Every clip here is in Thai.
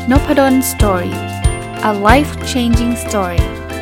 Nopadon Story. A life-changing story.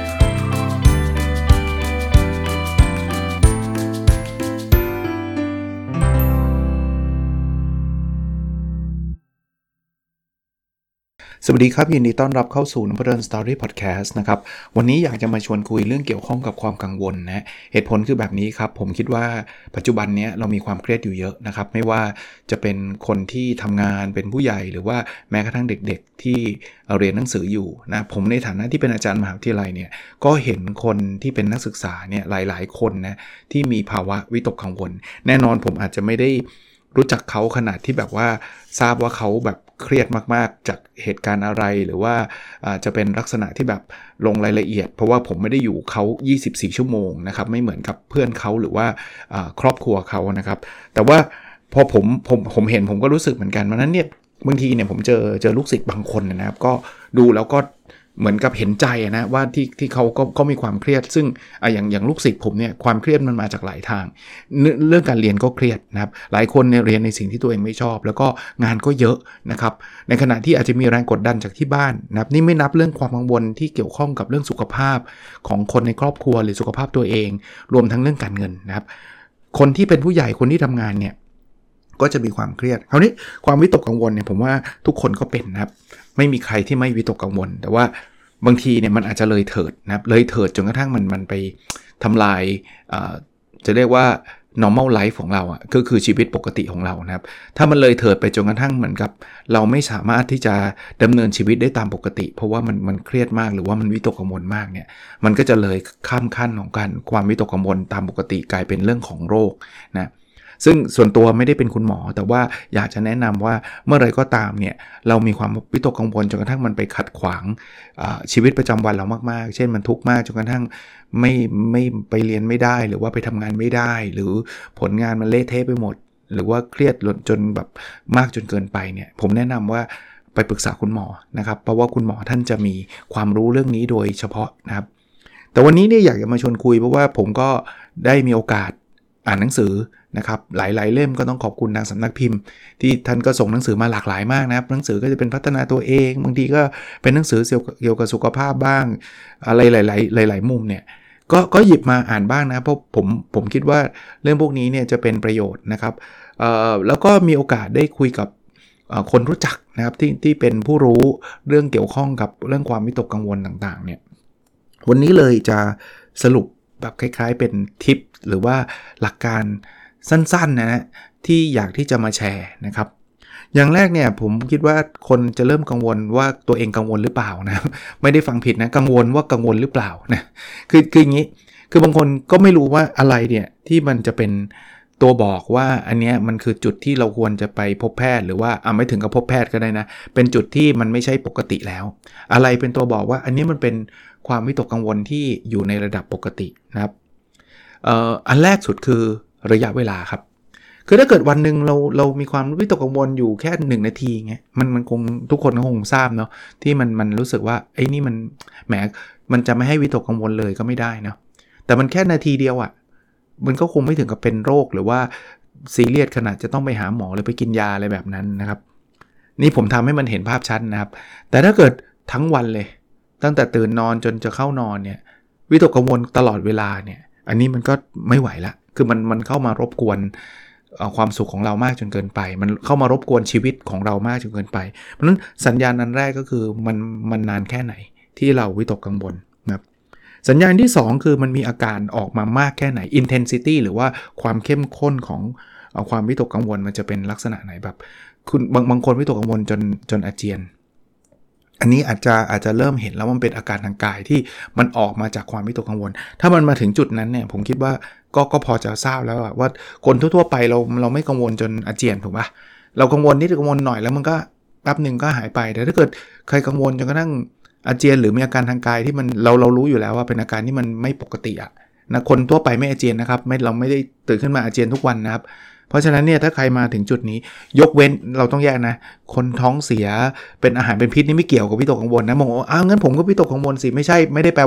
สวัสดีครับยินดีต้อนรับเข้าสู่ Nopadon Story Podcast นะครับวันนี้อยากจะมาชวนคุยเรื่องเกี่ยวข้องกับความกังวลนะเหตุผลคือแบบนี้ครับผมคิดว่าปัจจุบันนี้เรามีความเครียดอยู่เยอะนะครับไม่ว่าจะเป็นคนที่ทำงานเป็นผู้ใหญ่หรือว่าแม้กระทั่งเด็กๆที่เรียนหนังสืออยู่นะผมในฐานะที่เป็นอาจารย์มหาวิทยาลัยเนี่ยก็เห็นคนที่เป็นนักศึกษาเนี่ยหลายๆคนนะที่มีภาวะวิตกกังวลแน่นอนผมอาจจะไม่ได้รู้จักเขาขนาดที่แบบว่าทราบว่าเขาแบบเครียดมากๆจากเหตุการณ์อะไรหรือว่าจะเป็นลักษณะที่แบบลงรายละเอียดเพราะว่าผมไม่ได้อยู่เขา24ชั่วโมงนะครับไม่เหมือนกับเพื่อนเขาหรือว่าครอบครัวเขานะครับแต่ว่าพอผมเห็นผมก็รู้สึกเหมือนกันเพราะนั้นเนี่ยบางทีเนี่ยผมเจอลูกศิษย์บางคนนะครับก็ดูแล้วก็เหมือนกับเห็นใจนะว่าที่เขาก็มีความเครียดซึ่งอย่างลูกศิษย์ผมเนี่ยความเครียดมันมาจากหลายทางเรื่องการเรียนก็เครียดนะครับหลายคนเนี่ยเรียนในสิ่งที่ตัวเองไม่ชอบแล้วก็งานก็เยอะนะครับในขณะที่อาจจะมีแรงกดดันจากที่บ้านนะครับนี่ไม่นับเรื่องความกังวลที่เกี่ยวข้องกับเรื่องสุขภาพของคนในครอบครัวหรือสุขภาพตัวเองรวมทั้งเรื่องการเงินนะครับคนที่เป็นผู้ใหญ่คนที่ทำงานเนี่ยก็จะมีความเครียดคราวนี้ความวิตกกังวลเนี่ยผมว่าทุกคนก็เป็นนะครับไม่มีใครที่ไม่วิตกกังวลแต่ว่าบางทีเนี่ยมันอาจจะเลยเถิดนะครับเลยเถิดจนกระทั่งมันไปทำลายจะเรียกว่า normal life ของเราก็คือชีวิตปกติของเรานะครับถ้ามันเลยเถิดไปจนกระทั่งเหมือนกับเราไม่สามารถที่จะดำเนินชีวิตได้ตามปกติเพราะว่ามันเครียดมากหรือว่ามันวิตกกังวลมากเนี่ยมันก็จะเลยข้ามขั้นของการความวิตกกังวลตามปกติกลายเป็นเรื่องของโรคนะซึ่งส่วนตัวไม่ได้เป็นคุณหมอแต่ว่าอยากจะแนะนำว่าเมื่อไรก็ตามเนี่ยเรามีความวิตกกังวลจนกระทั่งมันไปขัดขวางชีวิตประจำวันเรามากๆเช่นมันทุกข์มากจนกระทั่งไม่ไปเรียนไม่ได้หรือว่าไปทำงานไม่ได้หรือผลงานมันเละเทะไปหมดหรือว่าเครียดจนแบบมากจนเกินไปเนี่ยผมแนะนำว่าไปปรึกษาคุณหมอนะครับเพราะว่าคุณหมอท่านจะมีความรู้เรื่องนี้โดยเฉพาะนะครับแต่วันนี้เนี่ยอยากจะมาชวนคุยเพราะว่าผมก็ได้มีโอกาสอ่านหนังสือนะครับหลายๆเล่มก็ต้องขอบคุณทางสำนักพิมพ์ที่ท่านก็ส่งหนังสือมาหลากหลายมากนะครับหนังสือก็จะเป็นพัฒนาตัวเองบางทีก็เป็นหนังสือเกี่ยวกับสุขภาพบ้างอะไรหลายมุมเนี่ยก็หยิบมาอ่านบ้างนะเพราะผมคิดว่าเรื่องพวกนี้เนี่ยจะเป็นประโยชน์นะครับแล้วก็มีโอกาสได้คุยกับคนรู้จักนะครับที่เป็นผู้รู้เรื่องเกี่ยวข้องกับเรื่องความวิตกกังวลต่างๆเนี่ยวันนี้เลยจะสรุปแบบคล้ายๆเป็นทิปหรือว่าหลักการสั้นๆนะที่อยากที่จะมาแชร์นะครับอย่างแรกเนี่ยผมคิดว่าคนจะเริ่มกังวลว่าตัวเองกังวลหรือเปล่านะไม่ได้ฟังผิดนะกังวลว่ากังวลหรือเปล่านะคืออย่างนี้คือบางคนก็ไม่รู้ว่าอะไรเนี่ยที่มันจะเป็นตัวบอกว่าอันเนี้ยมันคือจุดที่เราควรจะไปพบแพทย์หรือว่าไม่ถึงกับพบแพทย์ก็ได้นะเป็นจุดที่มันไม่ใช่ปกติแล้วอะไรเป็นตัวบอกว่าอันนี้มันเป็นความวิตกกังวลที่อยู่ในระดับปกตินะครับอันแรกสุดคือระยะเวลาครับคือถ้าเกิดวันนึงเรามีความวิตกกังวลอยู่แค่1นาทีเงี้ยมันคงทุกคนก็คงทราบเนาะที่มันรู้สึกว่าไอ้นี่มันแหมมันจะไม่ให้วิตกกังวลเลยก็ไม่ได้เนาะแต่มันแค่นาทีเดียวมันก็คงไม่ถึงกับเป็นโรคหรือว่าซีเรียสขนาดจะต้องไปหาหมอหรือไปกินยาอะไรแบบนั้นนะครับนี่ผมทำให้มันเห็นภาพชัดนะครับแต่ถ้าเกิดทั้งวันเลยตั้งแต่ตื่นนอนจนจะเข้านอนเนี่ยวิตกกังวลตลอดเวลาเนี่ยอันนี้มันก็ไม่ไหวละคือมันเข้ามารบกวนความสุขของเรามากจนเกินไปมันเข้ามารบกวนชีวิตของเรามากจนเกินไปเพราะฉะนั้นสัญญาณอันแรกก็คือมันนานแค่ไหนที่เราวิตกกังวลนะครับสัญญาณที่2คือมันมีอาการออกมามากแค่ไหน intensity หรือว่าความเข้มข้นของความวิตกกังวลมันจะเป็นลักษณะไหนแบบคุณบางคนวิตกกังวลจนอาเจียนอันนี้อาจจะเริ่มเห็นแล้วมันเป็นอาการทางกายที่มันออกมาจากความวิตกกังวลถ้ามันมาถึงจุดนั้นเนี่ยผมคิดว่าก็พอจะทราบแล้วว่าคนทั่วๆไปเราไม่กังวลจนอาเจียนถูกป่ะเรากังวลนิดกังวลหน่อยแล้วมันก็แป๊บนึงก็หายไปแต่ถ้าเกิดใครกังวลจนกระทั่งอาเจียนหรือมีอาการทางกายที่มันเรารู้อยู่แล้วว่าเป็นอาการที่มันไม่ปกตินะคนทั่วไปไม่อาเจียนนะครับเราไม่ได้ตื่นขึ้นมาอาเจียนทุกวันนะครับเพราะฉะนั้นเนี่ยถ้าใครมาถึงจุดนี้ยกเว้นเราต้องแยกนะคนท้องเสียเป็นอาหารเป็นพิษนี่ไม่เกี่ยวกับวิตกกังวลนะมองว่างั้นผมก็วิตกกังวลสิไม่ได้แปลว่า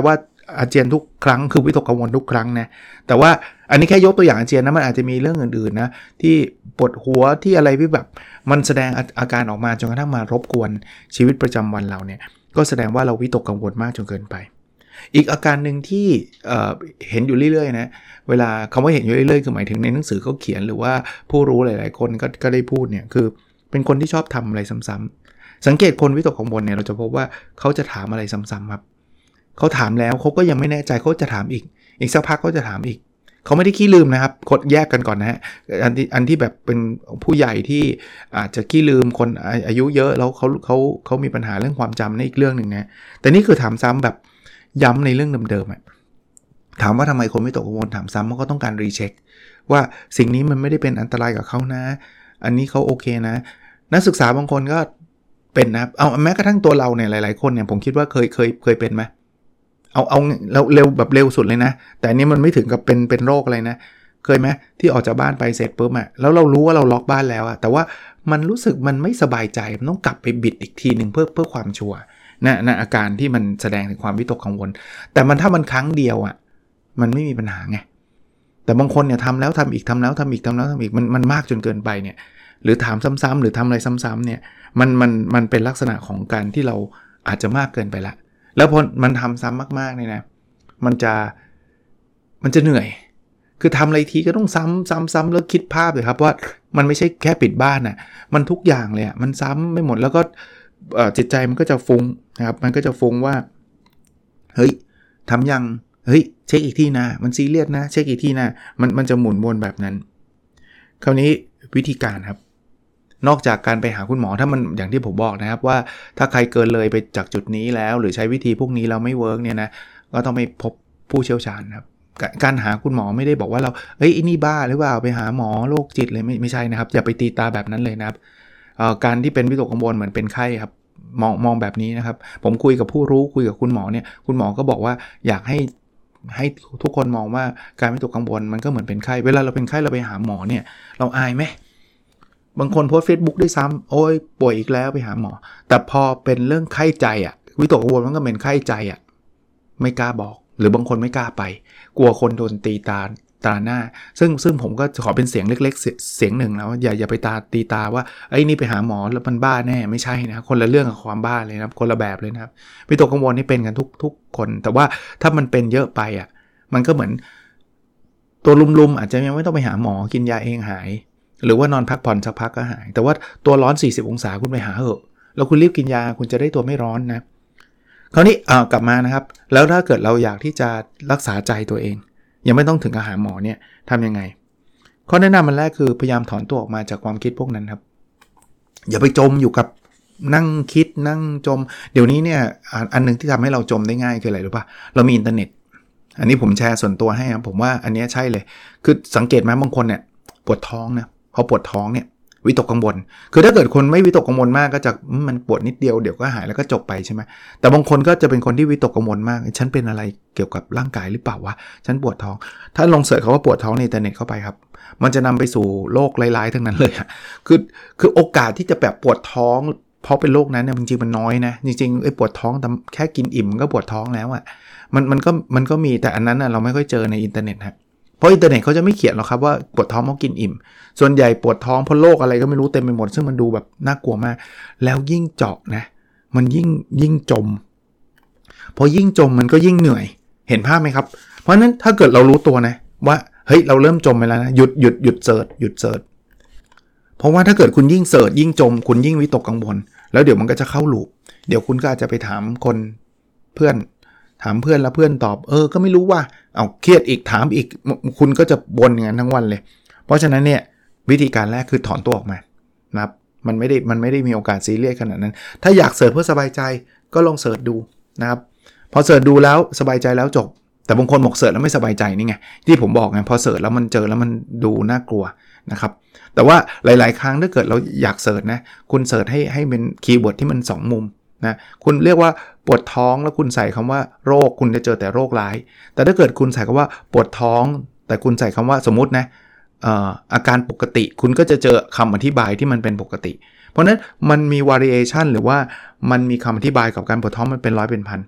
อาเจียนทุกครั้งคือวิตกกังวลทุกครั้งนะแต่ว่าอันนี้แค่ยกตัวอย่างอาเจียนนะมันอาจจะมีเรื่องอื่นๆนะที่ปวดหัวที่อะไรที่แบบมันแสดงอาการออกมาจนกระทั่งมารบกวนชีวิตประจำวันเราเนี่ยก็แสดงว่าเราวิตกกังวลมากจนเกินไปอีกอาการหนึ่งที่เห็นอยู่เรื่อยๆนะเวลาคำว่าเห็นอยู่เรื่อยๆคือหมายถึงในหนังสือเขาเขียนหรือว่าผู้รู้หลายๆคนก็ได้พูดเนี่ยคือเป็นคนที่ชอบทำอะไรซ้ำๆสังเกตคนวิตกกังวลเนี่ยเราจะพบว่าเขาจะถามอะไรซ้ำๆครับเขาถามแล้วเขาก็ยังไม่แน่ใจเขาจะถามอีกสักพักเขาจะถามอีกเขาไม่ได้ขี้ลืมนะครับกดแยกกันก่อนนะฮะอันที่แบบเป็นผู้ใหญ่ที่อาจจะขี้ลืมคนอายุเยอะแล้วเขามีปัญหาเรื่องความจำในอีกเรื่องนึงนะแต่นี่คือถามซ้ำแบบย้ำในเรื่องเดิมๆถามว่าทำไมคนวิตกกังวลถามซ้ำมันก็ต้องการรีเช็คว่าสิ่งนี้มันไม่ได้เป็นอันตรายกับเขานะอันนี้เขาโอเคนะนักศึกษาบางคนก็เป็นนะเอาแม้กระทั่งตัวเราเนี่ยหลายๆคนเนี่ยผมคิดว่าเคยเป็นไหมเอาเร็วแบบเร็วสุดเลยนะแต่อันนี้มันไม่ถึงกับเป็นโรคอะไรนะเคยไหมที่ออกจากบ้านไปเสร็จปุ๊บแล้วเรารู้ว่าเราล็อกบ้านแล้วแต่ว่ามันรู้สึกมันไม่สบายใจมันต้องกลับไปบิดอีกทีนึงเพื่อความชัวร์นะอาการที่มันแสดงถึงความวิตกกังวลแต่ถ้ามันครั้งเดียวมันไม่มีปัญหาไงแต่บางคนเนี่ยทำแล้วทำอีกทำแล้วทำอีกมันมากจนเกินไปเนี่ยหรือถามซ้ำๆหรือทำอะไรซ้ำๆเนี่ยมันเป็นลักษณะของการที่เราอาจจะมากเกินไปละแล้วพอมันทำซ้ำมากๆเนี่ยนะมันจะเหนื่อยคือทำอะไรทีก็ต้องซ้ำแล้วคิดภาพเลยครับว่ามันไม่ใช่แค่ปิดบ้านมันทุกอย่างเลยมันซ้ำไม่หมดแล้วก็จิตใจมันก็จะฟุ้งนะครับมันก็จะฟุ้งว่าเฮ้ยทำยังเฮ้ยเช็คอีกทีนะมันซีเรียสนะเช็คอีกทีนะมันจะหมุนวนแบบนั้นคราวนี้วิธีการครับนอกจากการไปหาคุณหมอถ้ามันอย่างที่ผมบอกนะครับว่าถ้าใครเกินเลยไปจากจุดนี้แล้วหรือใช้วิธีพวกนี้แล้วไม่เวิร์กเนี่ยนะก็ต้องไปพบผู้เชี่ยวชาญครับการหาคุณหมอไม่ได้บอกว่าเราไอ้นี่บ้าหรือเปล่าไปหาหมอโรคจิตเลยไม่ใช่นะครับอย่าไปตีตาแบบนั้นเลยนะครับการที่เป็นวิตกกังวลเหมือนเป็นไข้ครับมองแบบนี้นะครับผมคุยกับผู้รู้คุยกับคุณหมอเนี่ยคุณหมอก็บอกว่าอยากให้ทุกคนมองว่าการวิตกกังวลมันก็เหมือนเป็นไข้เวลาเราเป็นไข้เราไปหาหมอเนี่ยเราอายไหมบางคนโพสต์ Facebook ด้วยซ้ำโอ้ยป่วยอีกแล้วไปหาหมอแต่พอเป็นเรื่องไข้ใจวิตกกังวลมันก็เป็นไข้ใจไม่กล้าบอกหรือบางคนไม่กล้าไปกลัวคนโดนตีตาหน้าซึ่งผมก็ขอเป็นเสียงเล็กๆเสียงหนึ่งแล้วอย่าไปตีตาว่าไอ้นี่ไปหาหมอแล้วมันบ้าแน่ไม่ใช่นะคนละเรื่องกับความบ้าเลยนะครับคนละแบบเลยนะครับวิตกกังวลนี่เป็นกันทุกคนแต่ว่าถ้ามันเป็นเยอะไปมันก็เหมือนตัวลุมๆอาจจะยังไม่ต้องไปหาหมอกินยาเองหายหรือว่านอนพักผ่อนสักพักก็หายแต่ว่าตัวร้อน40องศาคุณไปหาเถอะแล้วคุณรีบกินยาคุณจะได้ตัวไม่ร้อนนะคราวนี้กลับมานะครับแล้วถ้าเกิดเราอยากที่จะรักษาใจตัวเองยังไม่ต้องถึงกับหาหมอเนี่ยทำยังไงข้อแนะนำมันแรกคือพยายามถอนตัวออกมาจากความคิดพวกนั้นครับอย่าไปจมอยู่กับนั่งคิดนั่งจมเดี๋ยวนี้เนี่ยอันนึงที่ทำให้เราจมได้ง่ายคืออะไรรู้ป่ะเรามีอินเทอร์เน็ตอันนี้ผมแชร์ส่วนตัวให้ครับผมว่าอันนี้ใช่เลยคือสังเกตไหมบางคนเนี่ยปวดท้องนะพอปวดท้องเนี่ยวิตกกังวลคือถ้าเกิดคนไม่วิตกกังวลมากก็จะมันปวดนิดเดียวเดี๋ยวก็หายแล้วก็จบไปใช่ไหมแต่บางคนก็จะเป็นคนที่วิตกกังวลมากฉันเป็นอะไรเกี่ยวกับร่างกายหรือเปล่าวะฉันปวดท้องถ้าลองเสิร์ชคำว่าปวดท้องในอินเทอร์เน็ตเข้าไปครับมันจะนำไปสู่โรคร้ายๆทั้งนั้นเลยคือโอกาสที่จะแบบปวดท้องเพราะเป็นโรคนั้นเนี่ยจริงๆมันน้อยนะจริงๆไอ้ปวดท้องแค่กินอิ่มก็ปวดท้องแล้วมันก็มีแต่อันนั้นเราไม่ค่อยเจอในอินเทอร์เน็ตครับเพราะอินเทอร์เน็ตเขาจะไม่เขียนหรอกครับว่าปวดท้องเพราะกินอิ่มส่วนใหญ่ปวดท้องเพราะโรคอะไรก็ไม่รู้เต็มไปหมดซึ่งมันดูแบบน่ากลัวมากแล้วยิ่งเจาะนะมันยิ่งจมพอยิ่งจมมันก็ยิ่งเหนื่อยเห็นภาพไหมครับเพราะฉะนั้นถ้าเกิดเรารู้ตัวนะว่าเฮ้ยเราเริ่มจมไปแล้วนะหยุดเสิร์ชเพราะว่าถ้าเกิดคุณยิ่งเสิร์ชยิ่งจมคุณยิ่งวิตกกังวลแล้วเดี๋ยวมันก็จะเข้าลูปเดี๋ยวคุณก็อาจจะไปถามเพื่อนแล้วเพื่อนตอบก็ไม่รู้ว่าเอาเครียดอีกถามอีกคุณก็จะบ่นอย่างนั้นทั้งวันเลยเพราะฉะนั้นเนี่ยวิธีการแรกคือถอนตัวออกมานะครับมันไม่ได้มีโอกาสซีเรียสขนาดนั้นถ้าอยากเสิร์ชเพื่อสบายใจก็ลองเสิร์ชดูนะครับพอเสิร์ชดูแล้วสบายใจแล้วจบแต่บางคนบอกเสิร์ชแล้วไม่สบายใจนี่ไงที่ผมบอกไงพอเสิร์ชแล้วมันเจอแล้วมันดูน่ากลัวนะครับแต่ว่าหลายๆครั้งถ้าเกิดเราอยากเสิร์ชนะคุณเสิร์ชให้เป็นคีย์เวิร์ดที่มัน2มุมนะคุณเรียกว่าปวดท้องแล้วคุณใส่คำว่าโรคคุณจะเจอแต่โรคร้ายแต่ถ้าเกิดคุณใส่คำว่าปวดท้องแต่คุณใส่คำว่าสมมุตินะอาการปกติคุณก็จะเจอคำอธิบายที่มันเป็นปกติเพราะนั้นมันมี variation หรือว่ามันมีคำอธิบายกับการปวดท้องมันเป็นร้อยเป็นพัน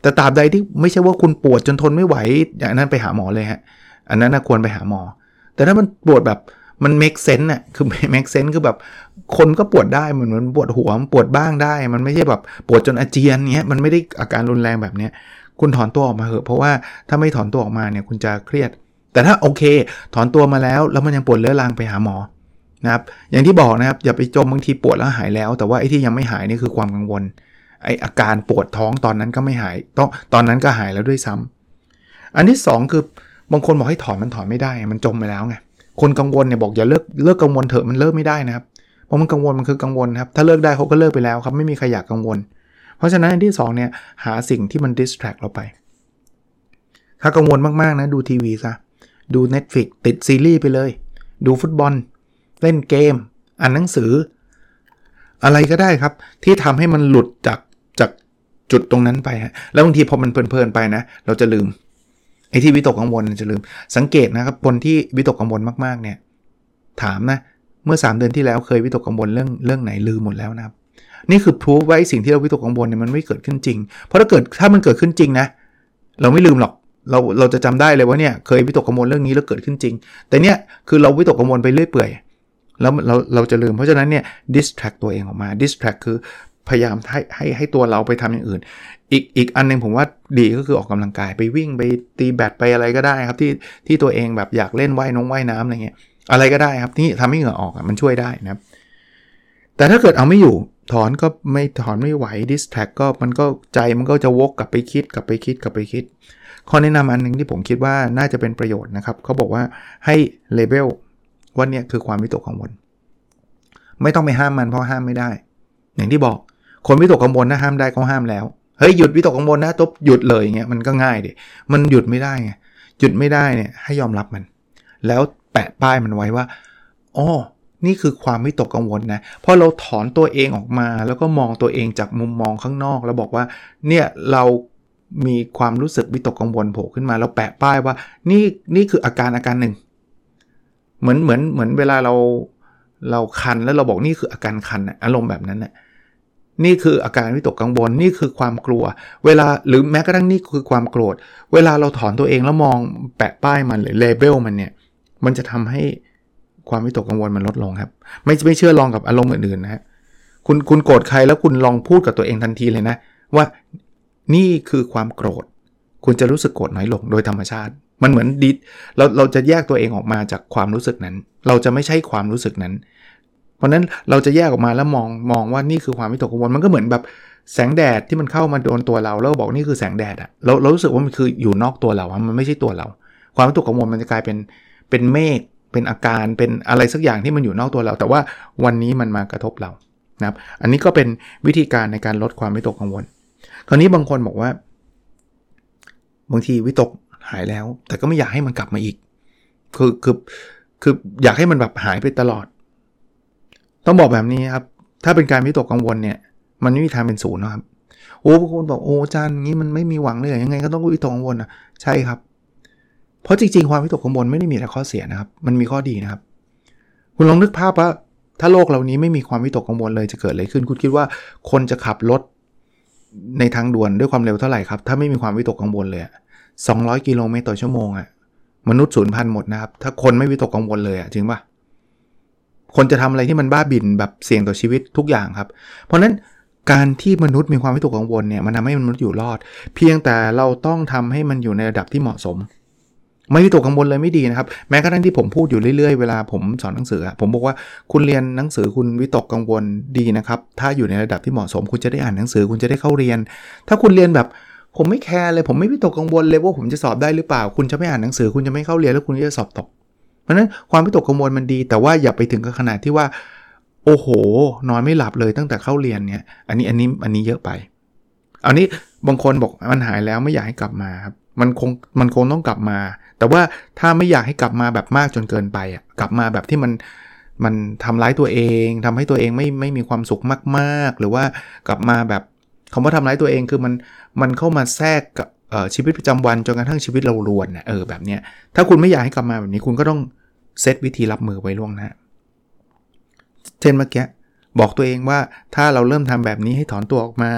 แต่ตราบใดที่ไม่ใช่ว่าคุณปวดจนทนไม่ไหวอย่างนั้นไปหาหมอเลยฮะอันนั้นนะควรไปหาหมอแต่ถ้ามันปวดแบบมัน make sense น่ะคือ make sense คือแบบคนก็ปวดได้เหมือนปวดหัวปวดบ้างได้มันไม่ใช่แบบปวดจนอาเจียนเงี้ยมันไม่ได้อาการรุนแรงแบบเนี้ยคุณถอนตัวออกมาเถอะเพราะว่าถ้าไม่ถอนตัวออกมาเนี่ยคุณจะเครียดแต่ถ้าโอเคถอนตัวมาแล้วมันยังปวดเรื้อรังไปหาหมอนะครับอย่างที่บอกนะครับอย่าไปจมบางทีปวดแล้วหายแล้วแต่ว่าไอ้ที่ยังไม่หายนี่คือความกังวลไอ้อาการปวดท้องตอนนั้นก็ไม่หายตอนนั้นก็หายแล้วด้วยซ้ำอันที่2คือบางคนบอกให้ถอนมันถอนไม่ได้มันจมไปแล้วไงคนกังวลเนี่ยบอกอย่าเลิกกังวลเถอะมันเลิกไม่ได้นะครับเพราะมันกังวลมันคือกังวลครับถ้าเลิกได้เขาก็เลิกไปแล้วครับไม่มีใครอยากกังวลเพราะฉะนั้นอันที่2เนี่ยหาสิ่งที่มัน distract เราไปถ้ากังวลมากๆนะดูทีวีซะดู Netflix ติดซีรีส์ไปเลยดูฟุตบอลเล่นเกมอ่านหนังสืออะไรก็ได้ครับที่ทำให้มันหลุดจากจุดตรงนั้นไปฮะแล้วบางทีพอมันเพลินๆไปนะเราจะลืมไอ้ที่วิตกกังวลจะลืมสังเกตนะครับคนที่วิตกกังวลมากๆเนี่ยถามนะเมื่อ3เดือนที่แล้วเคยวิตกกังวลเรื่องไหนลืมหมดแล้วนะครับนี่คือพิสูจว่าสิ่งที่เราวิตกกังวลเนี่ยมันไม่เกิดขึ้นจริงเพราะถ้ามันเกิดขึ้นจริงนะเราไม่ลืมหรอกเราจะจำได้เลยว่าเนี่ยเคยวิตกกังวลเรื่องนี้แล้วเกิดขึ้นจริงแต่เนี่ยคือเราวิตกกังวลไปเรื่อยเปื่อยแล้วเราจะลืมเพราะฉะนั้นเนี่ย distract ตัวเองออกมา distract คือพยายามให้ตัวเราไปทำอย่างอื่นอีกอันนึงผมว่าดีก็คือออกกำลังกายไปวิ่งไปตีแบดไปอะไรก็ได้ครับที่ตัวเองแบบอยากเล่นว่ายน้ำอะไรเงี้ยอะไรก็ได้ครับที่ทำให้เหงื่อออกมันช่วยได้นะครับแต่ถ้าเกิดเอาไม่อยู่ถอนก็ไม่ถอนไม่ไหว distract ก็มันก็ใจมันก็จะวกกลับไปคิดข้อแนะนำอันนึงที่ผมคิดว่าน่าจะเป็นประโยชน์นะครับเขาบอกว่าให้เลเบลว่าเนี่ยคือความวิตกกังวลไม่ต้องไปห้ามมันเพราะห้ามไม่ได้อย่างที่บอกคนวิตกกังวลนะห้ามได้ก็ห้ามแล้วเฮ้ยหยุดวิตกกังวลนะตุ๊บหยุดเลยอย่างเงี้ยมันก็ง่ายดิมันหยุดไม่ได้ไงหยุดไม่ได้เนี่ยให้ยอมรับมันแล้วแปะป้ายมันไว้ว่าอ๋อนี่คือความวิตกกังวลนะพอเราถอนตัวเองออกมาแล้วก็มองตัวเองจากมุมมองข้างนอกแล้วบอกว่าเนี่ยเรามีความรู้สึกวิตกกังวลโผล่ขึ้นมาแล้วแปะป้ายว่านี่คืออาการหนึ่งเหมือนเวลาเราคันแล้วเราบอกนี่คืออาการคันอารมณ์แบบนั้นน่ะนี่คืออาการวิตกกังวลนี่คือความกลัวเวลาหรือแม้กระทั่งนี่คือความโกรธเวลาเราถอนตัวเองแล้วมองแปะป้ายมันหรือเลเบลมันเนี่ยมันจะทำให้ความวิตกกังวลมันลดลงครับไม่เชื่อลองกับอารมณ์อื่นๆนะฮะคุณโกรธใครแล้วคุณลองพูดกับตัวเองทันทีเลยนะว่านี่คือความโกรธคุณจะรู้สึกโกรธน้อยลงโดยธรรมชาติมันเหมือนเราจะแยกตัวเองออกมาจากความรู้สึกนั้นเราจะไม่ใช่ความรู้สึกนั้นเพราะนั้นเราจะแยกออกมาแล้วมองว่านี่คือความวิตกกังวลมันก็เหมือนแบบแสงแดดที่มันเข้ามาโดนตัวเราแล้วบอกนี่คือแสงแดดอะเรารู้สึกว่ามันคืออยู่นอกตัวเรามันไม่ใช่ตัวเราความวิตกกังวลมันจะกลายเป็นเมฆเป็นอาการเป็นอะไรสักอย่างที่มันอยู่นอกตัวเราแต่ว่าวันนี้มันมากระทบเรานะครับอันนี้ก็เป็นวิธีการในการลดความวิตกกังวลคราวนี้บางคนบอกว่าบางทีวิตกหายแล้วแต่ก็ไม่อยากให้มันกลับมาอีกคืออยากให้มันแบบหายไปตลอดต้องบอกแบบนี้ครับถ้าเป็นการวิตกกังวลเนี่ยมันไม่มีทางเป็นศูนย์นะครับบางคนบอกอาจารย์งี้มันไม่มีหวังเลยยังไงก็ต้องวิตกกังวลนะใช่ครับเพราะจริงๆความวิตกกังวลไม่ได้มีแต่ข้อเสียนะครับมันมีข้อดีนะครับคุณลองนึกภาพว่าถ้าโลกเหล่านี้ไม่มีความวิตกกังวลเลยจะเกิดอะไรขึ้นคุณคิดว่าคนจะขับรถในทางด่วนด้วยความเร็วเท่าไหร่ครับถ้าไม่มีความวิตกกังวลเลย200 กิโลเมตรต่อชั่วโมงมนุษย์สูญพันธุ์หมดนะครับถ้าคนไม่วิตกกังวลเลยจริงป่ะคนจะทำอะไรที่มันบ้าบิ่นแบบเสี่ยงต่อชีวิตทุกอย่างครับเพราะนั้นการที่มนุษย์มีความวิตกกังวลเนี่ยมันทำให้มนุษย์อยู่รอดเพียงแต่เราต้องทำให้มันอยู่ในระดับที่เหมาะสมไม่วิตกกังวลเลยไม่ดีนะครับแม้กระทั่งที่ผมพูดอยู่เรื่อยๆเวลาผมสอนหนังสือผมบอกว่าคุณเรียนหนังสือคุณวิตกกังวลดีนะครับถ้าอยู่ในระดับที่เหมาะสมคุณจะได้อ่านหนังสือคุณจะได้เข้าเรียนถ้าคุณเรียนแบบผมไม่แคร์เลยผมไม่วิตกกังวลเลยว่าผมจะสอบได้หรือเปล่าคุณจะไม่อ่านหนังสือคุณจะไม่เข้าเรียนแล้วคุณจะสอบตกเพราะฉะนั้นความวิตกกังวลมันดีแต่ว่าอย่าไปถึงกับขนาดที่ว่าโอ้โหนอนไม่หลับเลยตั้งแต่เข้าเรียนเนี่ยอันนี้เยอะไปอันนี้บางคนบอกมันหายแล้วไม่อยากให้กลับมาครับมันคงต้องกลับมาแต่ว่าถ้าไม่อยากให้กลับมาแบบมากจนเกินไปกลับมาแบบที่มันทำร้ายตัวเองทำให้ตัวเองไม่มีความสุขมากๆหรือว่ากลับมาแบบคำว่าทำร้ายตัวเองคือมันเข้ามาแทรกกับชีวิตประจำวันจนกระทั่งชีวิตเรารวนแบบเนี้ยถ้าคุณไม่อยากให้กลับมาแบบนี้คุณก็ต้องเซตวิธีรับมือไว้ล่วงหน้าเช่นเมื่อกี้บอกตัวเองว่าถ้าเราเริ่มทำแบบนี้ให้ถอนตัวออกมา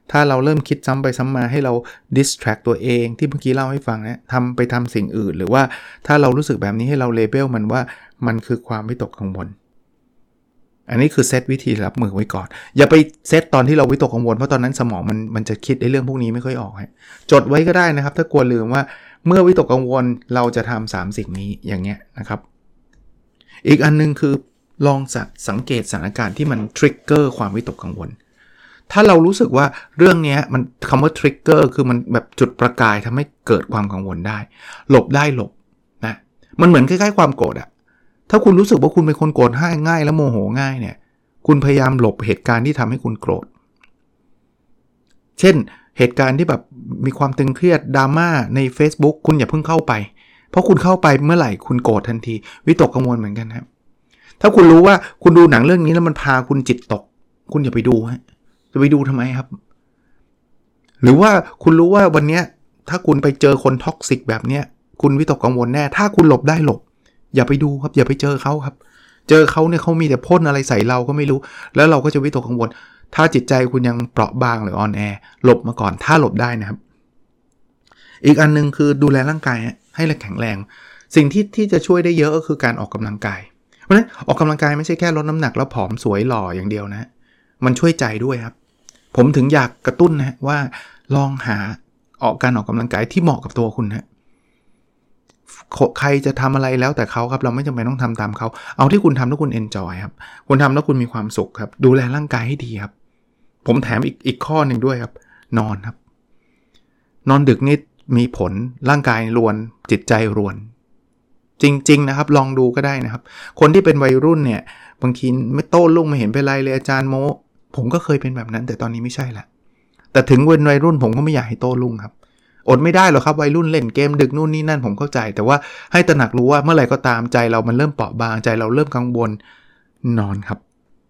ถ้าเราเริ่มคิดซ้ำไปซ้ำมาให้เรา distract ตัวเองที่เมื่อกี้เล่าให้ฟังนะทำสิ่งอื่นหรือว่าถ้าเรารู้สึกแบบนี้ให้เราเลเบลมันว่ามันคือความวิตกกังวลอันนี้คือเซตวิธีรับมือไว้ก่อนอย่าไปเซตตอนที่เราวิตกกังวลเพราะตอนนั้นสมองมันจะคิดในเรื่องพวกนี้ไม่ค่อยออกจดไว้ก็ได้นะครับถ้ากลัวลืมว่าเมื่อวิตกกังวลเราจะทำ3สิ่งนี้อย่างเงี้ยนะครับอีกอันนึงคือลองสังเกตสถานการณ์ที่มันทริกเกอร์ความวิตกกังวลถ้าเรารู้สึกว่าเรื่องนี้มันคำว่าทริกเกอร์คือมันแบบจุดประกายทำให้เกิดความกังวลได้หลบได้หลบนะมันเหมือนคล้ายๆความโกรธอะถ้าคุณรู้สึกว่าคุณเป็นคนโกรธง่ายและโมโหง่ายเนี่ยคุณพยายามหลบเหตุการณ์ที่ทำให้คุณโกรธเช่นเหตุการณ์ที่แบบมีความตึงเครียดดราม่าใน Facebook คุณอย่าเพิ่งเข้าไปเพราะคุณเข้าไปเมื่อไหร่คุณโกรธทันทีวิตกกังวลเหมือนกันครับถ้าคุณรู้ว่าคุณดูหนังเรื่องนี้แล้วมันพาคุณจิตตกคุณอย่าไปดูจะไปดูทำไมครับหรือว่าคุณรู้ว่าวันนี้ถ้าคุณไปเจอคนท็อกซิกแบบเนี้ยคุณวิตกกังวลแน่ถ้าคุณหลบได้หลบอย่าไปดูครับอย่าไปเจอเขาครับเจอเขาเนี่ยเขามีแต่พ่นอะไรใส่เราก็ไม่รู้แล้วเราก็จะวิตกกังวลถ้าจิตใจคุณยังเปราะบางหรืออ่อนแอหลบมาก่อนถ้าหลบได้นะครับอีกอันนึงคือดูแลร่างกายให้แข็งแรงสิ่งที่จะช่วยได้เยอะก็คือการออกกำลังกายเพราะฉะนั้นออกกำลังกายไม่ใช่แค่ลดน้ำหนักแล้วผอมสวยหล่ออย่างเดียวนะมันช่วยใจด้วยครับผมถึงอยากกระตุ้นนะว่าลองหาการออกกำลังกายที่เหมาะกับตัวคุณนะใครจะทำอะไรแล้วแต่เขาครับเราไม่จำเป็นต้องทำตามเขาเอาที่คุณทำแล้วคุณเอนจอยครับคุณทำแล้วคุณมีความสุขครับดูแลร่างกายให้ดีครับผมแถมอีกข้อหนึ่งด้วยครับนอนครับนอนดึกนี่มีผลร่างกายรวนจิตใจรวนจริงๆนะครับลองดูก็ได้นะครับคนที่เป็นวัยรุ่นเนี่ยบางทีไม่โต้รุ่งไม่เห็นเป็นไรเลยอาจารย์โมผมก็เคยเป็นแบบนั้นแต่ตอนนี้ไม่ใช่ละแต่ถึงวัยรุ่นผมก็ไม่อยากให้โต้รุ่งครับอดไม่ได้หรอกครับวัยรุ่นเล่นเกมดึกนู่นนี่นั่นผมเข้าใจแต่ว่าให้ตระหนักรู้ว่าเมื่อไหร่ก็ตามใจเรามันเริ่มเปราะบางใจเราเริ่มกังวลนอนครับ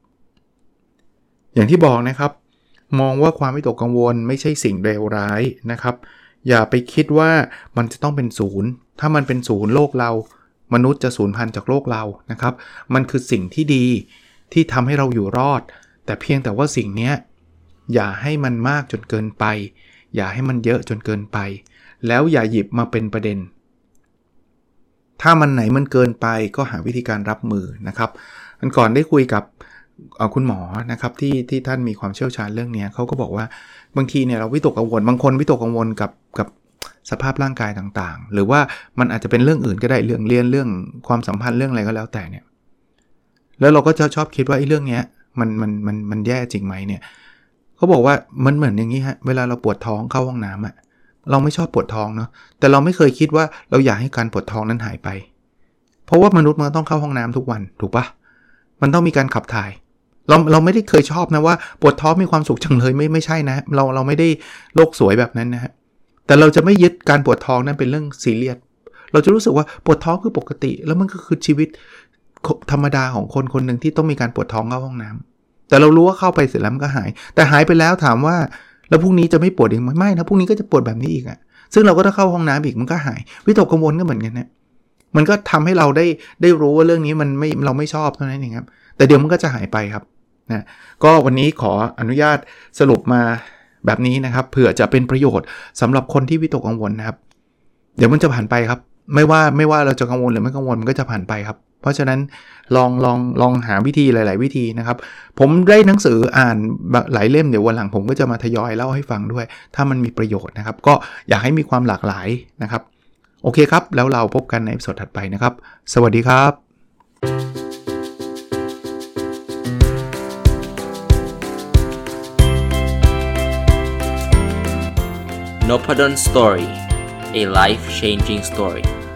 อย่างที่บอกนะครับมองว่าความวิตกกังวลไม่ใช่สิ่งเลวร้ายนะครับอย่าไปคิดว่ามันจะต้องเป็นศูนย์ถ้ามันเป็นศูนย์โลกเรามนุษย์จะสูญพันธุ์จากโลกเรานะครับมันคือสิ่งที่ดีที่ทำให้เราอยู่รอดแต่เพียงแต่ว่าสิ่งนี้อย่าให้มันมากจนเกินไปอย่าให้มันเยอะจนเกินไปแล้วอย่าหยิบมาเป็นประเด็นถ้ามันไหนมันเกินไปก็หาวิธีการรับมือนะครับอันก่อนได้คุยกับคุณหมอนะครับที่ท่านมีความเชี่ยวชาญเรื่องนี้เขาก็บอกว่าบางทีเนี่ยเราวิตกกังวลบางคนวิตกกังวลกับสภาพร่างกายต่างๆหรือว่ามันอาจจะเป็นเรื่องอื่นก็ได้เรื่องเรียนเรื่องความสัมพันธ์เรื่องอะไรก็แล้วแต่เนี่ยแล้วเราก็จะชอบคิดว่าไอ้เรื่องนี้มันแย่จริงไหมเนี่ยเขาบอกว่ามันเหมือนอย่างนี้ฮะเวลาเราปวดท้องเข้าห้องน้ำเราไม่ชอบปวดท้องเนาะแต่เราไม่เคยคิดว่าเราอยากให้การปวดท้องนั้นหายไปเพราะว่ามนุษย์มันต้องเข้าห้องน้ำทุกวันถูกปะมันต้องมีการขับถ่ายเราไม่ได้เคยชอบนะว่าปวดท้องมีความสุขจังเลยไม่ใช่นะเราไม่ได้โลกสวยแบบนั้นนะฮะแต่เราจะไม่ยึดการปวดท้องนั้นเป็นเรื่องซีเรียสเราจะรู้สึกว่าปวดท้องคือปกติแล้วมันก็คือชีวิตธรรมดาของคนคนนึงที่ต้องมีการปวดท้องเข้าห้องน้ำแต่เรารู้ว่าเข้าไปเสร็จแล้วมันก็หายแต่หายไปแล้วถามว่าแล้วพรุ่งนี้จะไม่ปวดอีกไหมไม่นะพรุ่งนี้ก็จะปวดแบบนี้อีกซึ่งเราก็ต้องเข้าห้องน้ำอีกมันก็หายวิตกกังวลก็เหมือนกันนะมันก็ทำให้เราได้รู้ว่าเรื่องนี้เราไม่ชอบเท่านั้นเองครับแต่เดี๋ยวมันก็จะหายไปครับนะก็วันนี้ขออนุญาตสรุปมาแบบนี้นะครับเผื่อจะเป็นประโยชน์สำหรับคนที่วิตกกังวลนะครับเดี๋ยวมันจะผ่านไปครับไม่ว่าเราจะกังวลหรือไม่กังวลมันก็จะผ่านไปครับเพราะฉะนั้นลองหาวิธีหลายๆวิธีนะครับผมได้หนังสืออ่านหลายเล่มเดี๋ยววันหลังผมก็จะมาทยอยเล่าให้ฟังด้วยถ้ามันมีประโยชน์นะครับก็อยากให้มีความหลากหลายนะครับโอเคครับแล้วเราพบกันในตอนถัดไปนะครับสวัสดีครับ Nopadon Story, a life-changing story.